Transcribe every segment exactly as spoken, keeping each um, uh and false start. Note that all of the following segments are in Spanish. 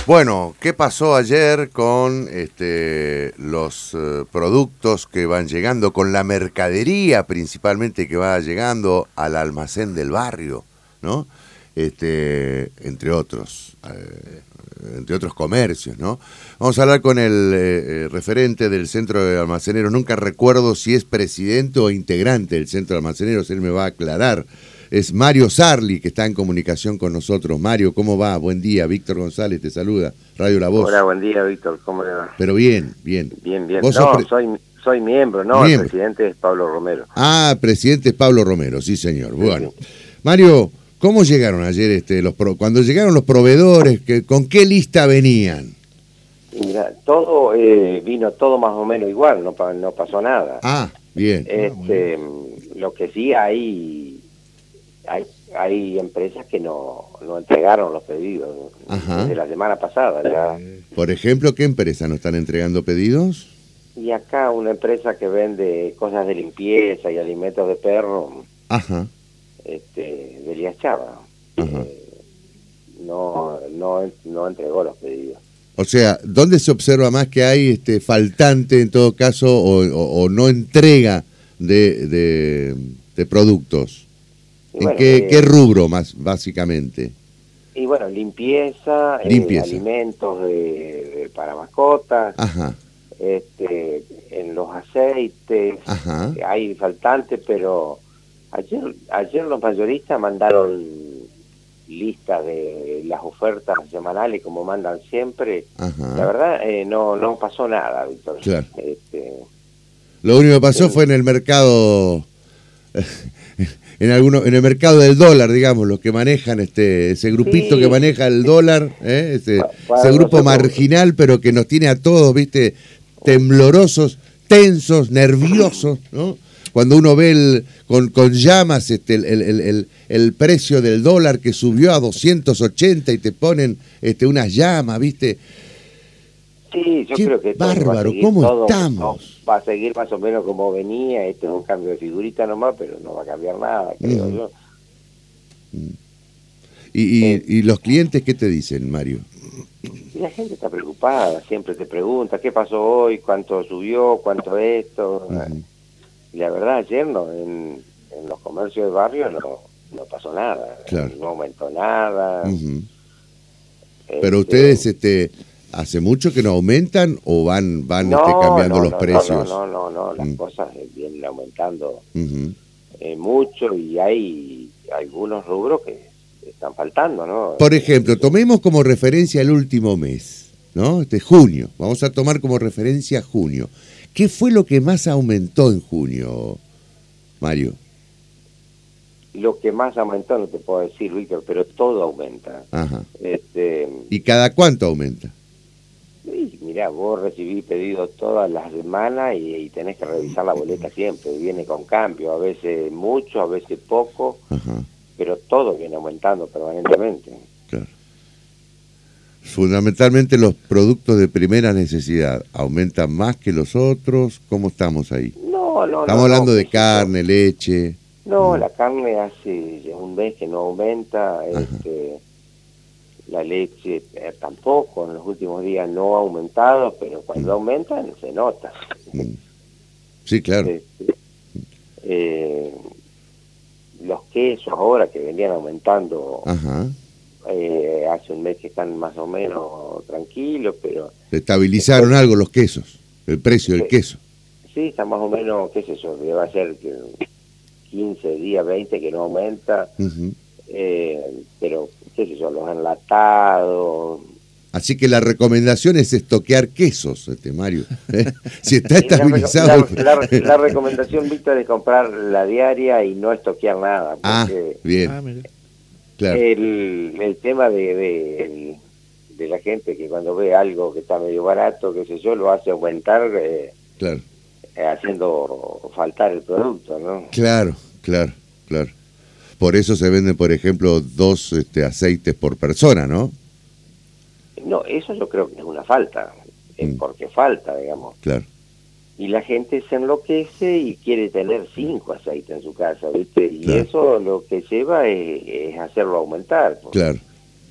Bueno, ¿qué pasó ayer con este, los eh, productos que van llegando, con la mercadería principalmente que va llegando al almacén del barrio, ¿no? Este, entre otros, eh, entre otros comercios, ¿no? Vamos a hablar con el eh, referente del Centro de Almaceneros. Nunca recuerdo si es presidente o integrante del Centro de Almaceneros, él me va a aclarar. Es Mario Sarli, que está en comunicación con nosotros. Mario, ¿cómo va? Buen día. Víctor González te saluda. Radio La Voz. Hola, buen día, Víctor. ¿Cómo le va? Pero bien, bien. Bien, bien. ¿Vos No, sos pre- soy soy miembro, no, Miembro. el presidente es Pablo Romero. Ah, presidente es Pablo Romero, sí, señor. Bueno. Sí. Mario, ¿cómo llegaron ayer este, los pro- cuando llegaron los proveedores? Que, ¿Con qué lista venían? Mira, todo eh, vino todo más o menos igual, no, pa- no pasó nada. Ah, bien. Este, lo que sí hay, hay hay empresas que no, no entregaron los pedidos Ajá. desde la semana pasada ya. Por ejemplo, ¿qué empresa no están entregando pedidos? Y acá una empresa que vende cosas de limpieza y alimentos de perro, Ajá. este, de Elías Chava, Ajá. eh, no, no, no entregó los pedidos. O sea, ¿dónde se observa más que hay este faltante en todo caso o, o- o no entrega de, de, de productos? Y ¿En bueno, qué, eh, qué rubro más básicamente? Y bueno, limpieza, Limpieza. Eh, alimentos de, de- para mascotas, Ajá, este, en los aceites, ajá. eh, hay faltantes, pero ayer, ayer los mayoristas mandaron listas de las ofertas semanales como mandan siempre. Ajá. La verdad, eh, no, no pasó nada, Víctor. Claro. Este, Lo único que pasó Sí. fue en el mercado, en alguno, en el mercado del dólar, digamos, los que manejan este, ese grupito Sí. que maneja el dólar, ¿eh? ese, Pa- para ese grupo nosotros- marginal, pero que nos tiene a todos, viste, temblorosos, tensos, nerviosos, ¿no? Cuando uno ve el, con, con llamas este, el, el, el, el, el precio del dólar que subió a doscientos ochenta y te ponen este, unas llamas, viste. Sí, yo Qué creo que esto va a bárbaro, seguir ¿cómo todo, estamos? no, va a seguir más o menos como venía. Esto es un cambio de figurita nomás, pero no va a cambiar nada, creo Ujú. yo. Y, y, Eh. y los clientes, ¿qué te dicen, Mario? Y la gente está preocupada, siempre te pregunta qué pasó hoy, cuánto subió, cuánto esto. Ujú. Y la verdad, ayer no, en, en los comercios de barrio no, no pasó nada, Claro. no aumentó nada. Ujú. Este, Pero ustedes, este, ¿hace mucho que no aumentan o van, van este, cambiando no, los no, precios? No, no, no, no, las Mm. cosas eh, vienen aumentando Ujú. eh, mucho y hay algunos rubros que están faltando, ¿no? Por ejemplo, tomemos como referencia el último mes, ¿no? Este junio. Vamos a tomar como referencia junio. ¿Qué fue lo que más aumentó en junio, Mario? Lo que más aumentó no te puedo decir, Víctor, pero todo aumenta. Ajá. Este, ¿Y cada cuánto aumenta? y mirá, vos recibís pedidos todas las semanas y, y tenés que revisar la boleta siempre. Viene con cambio, a veces mucho, a veces poco, Ajá, pero todo viene aumentando permanentemente. claro. Fundamentalmente los productos de primera necesidad aumentan más que los otros. ¿Cómo estamos ahí? No, no, Estamos no, hablando no, de qué sé yo. carne, leche. No, Mm. la carne hace ya un mes que no aumenta, este, la leche eh, tampoco, en los últimos días no ha aumentado, pero cuando Mm. aumentan se nota. Mm. Sí, claro. Este, eh, los quesos ahora que venían aumentando, Ajá. eh, hace un mes que están más o menos tranquilos, pero Estabilizaron algo los quesos, el precio del Sí. queso. sí, está más o menos, qué sé yo, debe ser que quince días, veinte que no aumenta, Ujú. eh, pero qué sé yo, los enlatados. Así que la recomendación es estoquear quesos, este Mario. ¿eh? Si está Y la, reco- estabilizado. la- la- la recomendación, Víctor, es comprar la diaria y no estoquear nada, Ah, porque bien, Ah, mira. claro. el, el tema de, de, de la gente que cuando ve algo que está medio barato, qué sé yo, lo hace aumentar eh, Claro, eh, haciendo faltar el producto, ¿no? claro, claro, claro. Por eso se venden, por ejemplo, dos este, aceites por persona, ¿no? No, eso yo creo que es una falta, es Mm. porque falta, digamos. Claro. Y la gente se enloquece y quiere tener cinco aceites en su casa, ¿viste? Y Claro. eso lo que lleva es, es hacerlo aumentar. Porque Claro.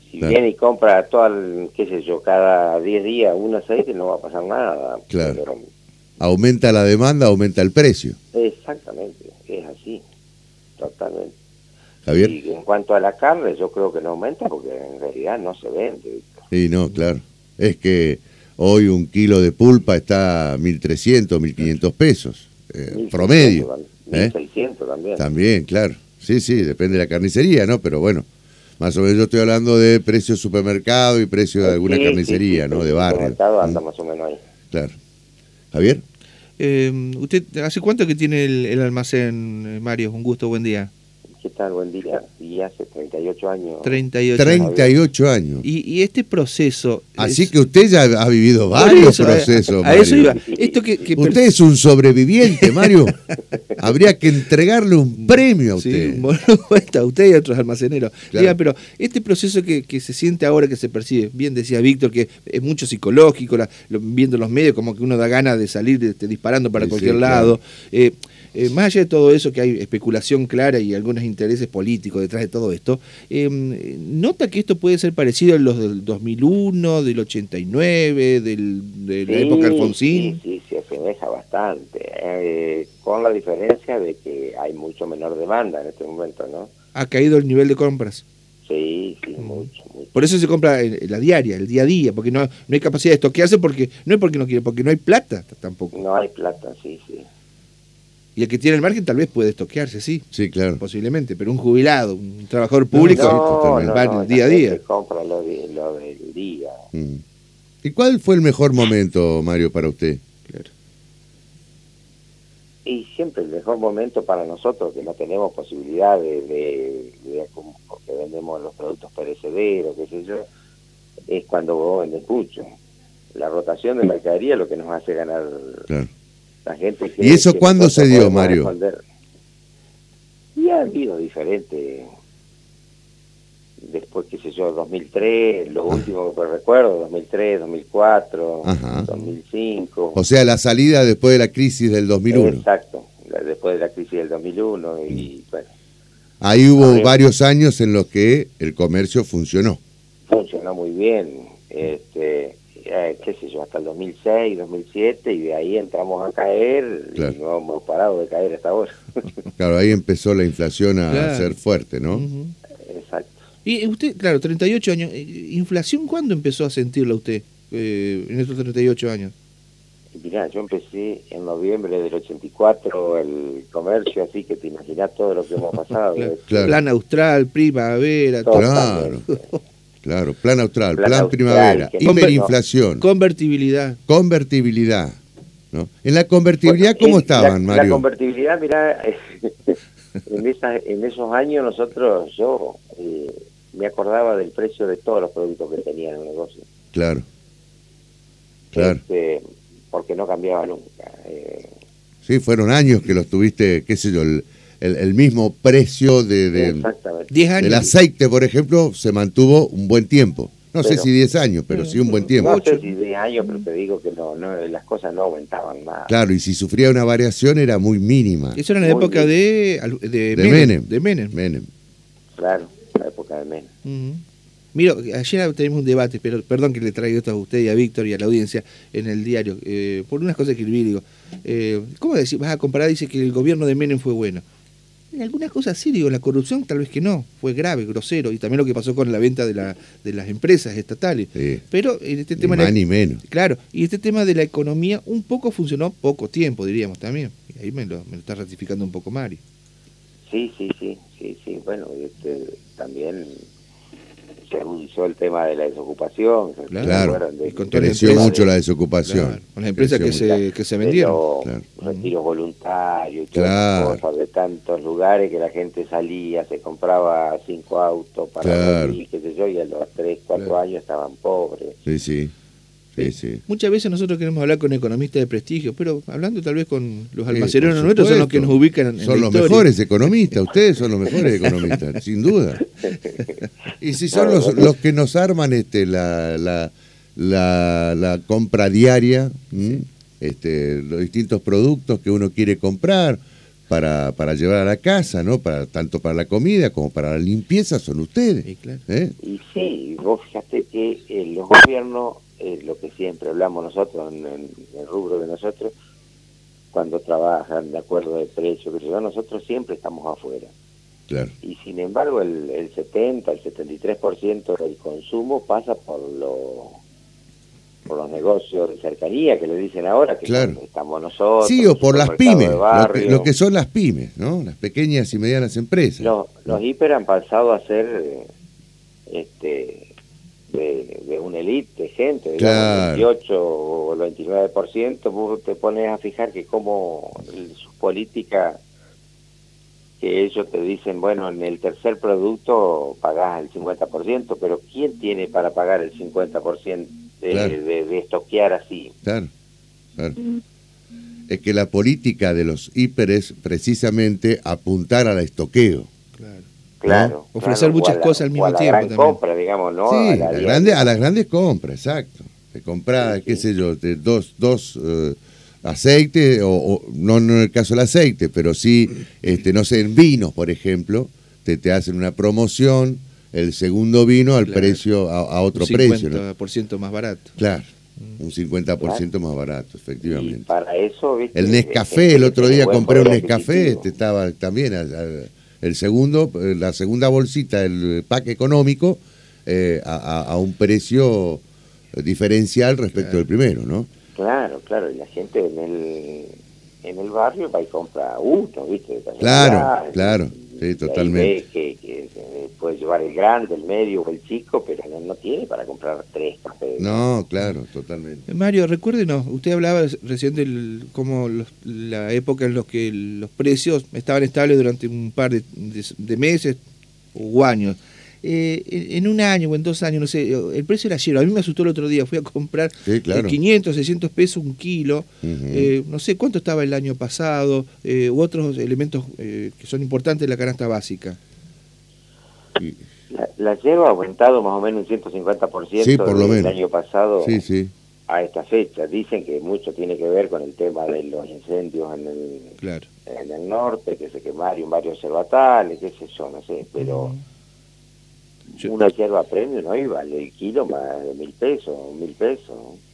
Si Claro. viene y compra todo, el, qué sé yo, cada diez días un aceite, no va a pasar nada. Claro. Pero, Aumenta la demanda, aumenta el precio. exactamente, es así, totalmente. Javier. Y en cuanto a la carne, yo creo que no aumenta porque en realidad no se vende, Víctor. Sí, no, claro. Es que hoy un kilo de pulpa está a mil trescientos, mil quinientos pesos, eh, mil seiscientos promedio. también, ¿eh? mil seiscientos también. También, claro. Sí, sí, depende de la carnicería, ¿no? Pero bueno, más o menos yo estoy hablando de precio de supermercado y precio de alguna Sí, carnicería, sí, sí, ¿no? sí, De el barrio. mercado anda ¿Mm? más o menos ahí. Claro. Javier. Eh, ¿Usted hace cuánto que tiene el, el almacén, eh, Mario? Un gusto, buen día. ¿Qué tal? Buen día. Y hace treinta y ocho años. treinta y ocho años. treinta y ocho años. Y, y este proceso... Así es- que usted ya ha vivido Por varios eso, a- procesos, A, eso Mario. iba. Esto que, que Usted es un sobreviviente, Mario. Habría que entregarle un premio a Sí, usted. bueno, está usted y otros almaceneros. Claro. Diga, pero este proceso que, que se siente ahora, que se percibe, bien decía Víctor, que es mucho psicológico, la- lo- viendo los medios, como que uno da ganas de salir este, disparando para Sí, cualquier sí, lado. Eh, eh, más allá de todo eso, que hay especulación clara y algunos intereses políticos detrás de todo esto, eh, ¿nota que esto puede ser parecido a los del dos mil uno, del ochenta y nueve, del, de la Sí, época Alfonsín? Sí, sí, se asemeja bastante. eh, con la diferencia de que hay mucho menor demanda en este momento, ¿no? ¿Ha caído el nivel de compras? Sí, sí, mucho, mucho. Por eso se compra en- en la diaria, el día a día, porque no, no hay capacidad de estoquearse, porque no es porque no quiere, porque no hay plata t- tampoco. No hay plata, sí, sí. Y el que tiene el margen tal vez puede estoquearse, sí, Sí, claro. posiblemente, pero un jubilado, un trabajador público, sí, no, totalmente. no, va no, el día a la gente día. compra lo, de- lo del día. Mm. ¿Y cuál fue el mejor momento, Mario, para usted? Claro. Y siempre el mejor momento para nosotros, que no tenemos posibilidad de, de, de- porque vendemos los productos perecederos, qué sé yo, es cuando vos vendes mucho. La rotación de mercadería es lo que nos hace ganar Claro. la gente. ¿Y eso que cuándo nosotros se dio, podemos Mario? responder. Y ha habido diferentes, después, qué sé yo, dos mil tres, lo último que recuerdo, dos mil tres, dos mil cuatro, Ajá. dos mil cinco. O sea, la salida después de la crisis del dos mil uno. Exacto, la- después de la crisis del dos mil uno y bueno, Ahí hubo Arriba. varios años en los que el comercio funcionó. funcionó muy bien, este, eh, qué sé yo, hasta el dos mil seis, dos mil siete, y de ahí entramos a caer Claro. y no hemos parado de caer hasta ahora. Claro, ahí empezó la inflación a Claro. ser fuerte, ¿no? Ujú. Exacto. Y usted, claro, treinta y ocho años, eh, ¿inflación cuándo empezó a sentirla usted eh, en estos treinta y ocho años? Mirá, yo empecé en noviembre del ochenta y cuatro el comercio, así que te imaginas todo lo que hemos pasado. Claro. Es- Claro. Plan austral, primavera, Todo. todo. Claro, claro. Plan austral, plan, Plan austral, primavera, que- hiperinflación, Convertibilidad. convertibilidad. ¿No? En la convertibilidad, Bueno, ¿cómo en estaban, la, Mario? La convertibilidad, mirá, en, esas, en esos años nosotros, yo eh, me acordaba del precio de todos los productos que tenía en el negocio. Claro, claro. Este, porque no cambiaba nunca. Eh, Sí, fueron años que los tuviste, qué sé yo, el, el- el mismo precio de, de- exactamente. diez años. del aceite, por ejemplo, se mantuvo un buen tiempo. No sé Pero- si diez años, pero sí un buen tiempo. No sé si de años, pero te digo que no, no, las cosas no aumentaban más. Claro, y si sufría una variación era muy mínima. Eso era en la Muy época de, de, De Menem, Menem. de Menem. Menem. Claro, la época de menos. Ujú. Mira, ayer tenemos un debate, pero perdón que le traiga esto a usted y a Víctor y a la audiencia en el diario, eh, por unas cosas que escribí, digo, eh, ¿cómo decir? Vas a comparar, dice que el gobierno de Menem fue bueno. En algunas cosas sí, digo, la corrupción tal vez que no, fue grave, grosero, y también lo que pasó con la venta de, la, de las empresas estatales. Sí. Pero en este Ni tema... de más la- ni menos. Claro, y este tema de la economía un poco funcionó poco tiempo, diríamos también. Y ahí me lo, me lo está ratificando un poco Mario. Sí, sí, sí, sí, sí. Bueno, este, también se agudizó el tema de la desocupación. ¿se Claro. acuerdan de- Y con toda la Creció empresa mucho de- la desocupación. Claro, con las empresas que Creció se, que se de vendieron. los Claro. retiros voluntarios y todas Claro. esas cosas de tantos lugares que la gente salía, se compraba cinco autos para Claro. vivir, qué sé yo, y a los tres, cuatro Claro. años estaban pobres. Sí, sí. Sí, sí. Muchas veces nosotros queremos hablar con economistas de prestigio, pero hablando tal vez con los Sí, almaceneros por nuestros son los que supuesto. nos ubican en, en Son la los historia. mejores economistas, ustedes son los mejores economistas, sin duda. Y si son los, los que nos arman este la, la, la, la compra diaria, ¿m? este, los distintos productos que uno quiere comprar, para, para llevar a la casa, ¿no? Para, tanto para la comida como para la limpieza son ustedes. Sí, claro. ¿eh? Y sí, vos fíjate que eh, los gobiernos, eh, lo que siempre hablamos nosotros, en, en el rubro de nosotros, cuando trabajan de acuerdo de precio, que yo, nosotros siempre estamos afuera. Claro. Y sin embargo el, el setenta, el setenta y tres por ciento del consumo pasa por lo, por los negocios de cercanía que le dicen ahora, que Claro. son- estamos nosotros. Sí, o por las supermercados pymes, de lo barrio. que, lo que son las pymes, ¿no? Las pequeñas y medianas empresas. Los, los hiper han pasado a ser eh, este de, de una elite de gente, digamos, Claro. el veintiocho o el veintinueve por ciento, vos te pones a fijar que como el- sus políticas, que ellos te dicen, bueno, en el tercer producto pagás el cincuenta por ciento, pero ¿quién tiene para pagar el cincuenta por ciento de, Claro. de, de estoquear así? Claro, claro. Es que la política de los hiper es precisamente apuntar al estoqueo. Claro. Claro. Ofrecer claro, muchas o a la- cosas al o mismo a la tiempo gran también. compra, digamos, ¿no? Sí, A la la diaria. grande, a las grandes compras, exacto. Te compra, Sí, qué sí. sé yo, de dos, dos eh, aceites, o, o no, no en el caso del aceite, pero sí, este, no sé, en vinos, por ejemplo, te, te hacen una promoción, el segundo vino al Claro. precio, a, a otro Un precio, ¿no? cincuenta por ciento más barato. Claro, un cincuenta por ciento más barato, Y efectivamente. para eso, ¿viste? El hay Nescafé, gente el que otro tiene día buen compré un poder Nescafé, adquisitivo. este estaba también, al- al- el segundo, eh, la segunda bolsita, el pack económico, eh, a, a- a un precio diferencial respecto Claro. del primero, ¿no? Claro, claro, y la gente en el en el barrio va y compra uno, ¿viste? De Claro, casualidad, claro, y- sí, y ahí totalmente. ve que, que, que puede llevar el grande, el medio o el chico, pero no, no tiene para comprar tres cafés. No, claro, totalmente. Eh, Mario, recuérdenos, usted hablaba recién de cómo los- la época en la que los precios estaban estables durante un par de, de- de meses o años. Eh, en, en un año o en dos años, no sé, el precio era lleno. A mí me asustó el otro día, fui a comprar Sí, claro. eh, quinientos, seiscientos pesos un kilo. Ujú. Eh, no sé cuánto estaba el año pasado, eh, u otros elementos eh, que son importantes de la canasta básica. Y- La, la lleva ha aumentado más o menos un ciento cincuenta por ciento Sí, por lo del menos. año pasado Sí, sí, a esta fecha. Dicen que mucho tiene que ver con el tema de los incendios en el, Claro. en el norte, que se quemaron varios cervatales, qué sé yo, no sé, pero Yo- una yerba premium hoy vale el kilo más de mil pesos, mil pesos.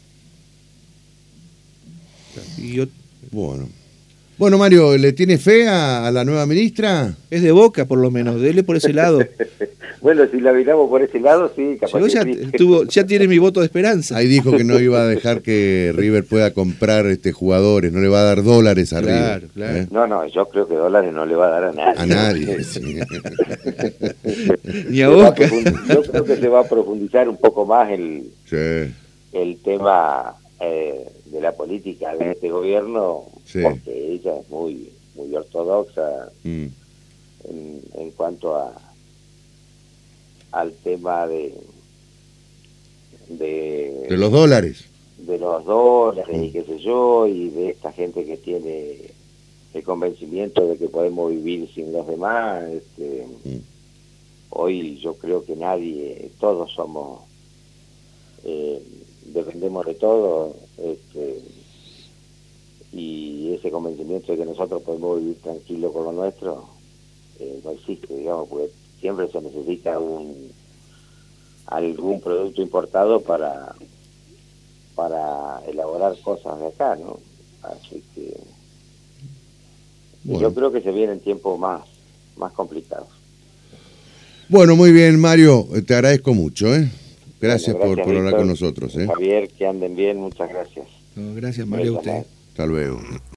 Y yo- bueno. Bueno, Mario, ¿le tiene fe a, a la nueva ministra? es de Boca, por lo menos, dele por ese lado. Bueno, si la miramos por ese lado, sí, capaz Llegó que ya, sí. tuvo, ya tiene mi voto de esperanza. Ahí dijo que no iba a dejar que River pueda comprar este jugadores, no le va a dar dólares a Claro, River. claro. ¿eh? No, no, yo creo que dólares no le va a dar a nadie. A nadie. sí. Ni a Se va Boca. profundiz- Yo creo que se va a profundizar un poco más el, Sí. el tema eh, de la política de este gobierno, Sí. porque ella es muy muy ortodoxa Mm. en, en cuanto a al tema de de, De los dólares. de los dólares Mm. y qué sé yo, y de esta gente que tiene el convencimiento de que podemos vivir sin los demás. Este, Mm. hoy yo creo que nadie, todos somos, eh, dependemos de todo, este, y ese convencimiento de que nosotros podemos vivir tranquilos con lo nuestro eh, no existe, digamos, porque siempre se necesita un algún producto importado para para elaborar cosas de acá, ¿no? Así que Bueno. yo creo que se vienen tiempos más más complicados. Bueno, muy bien, Mario, te agradezco mucho, ¿eh? Gracias, Bueno, por, por hablar Víctor. con nosotros, ¿eh? Javier, que anden bien, muchas gracias. No, gracias, Mario, a usted. Hasta luego.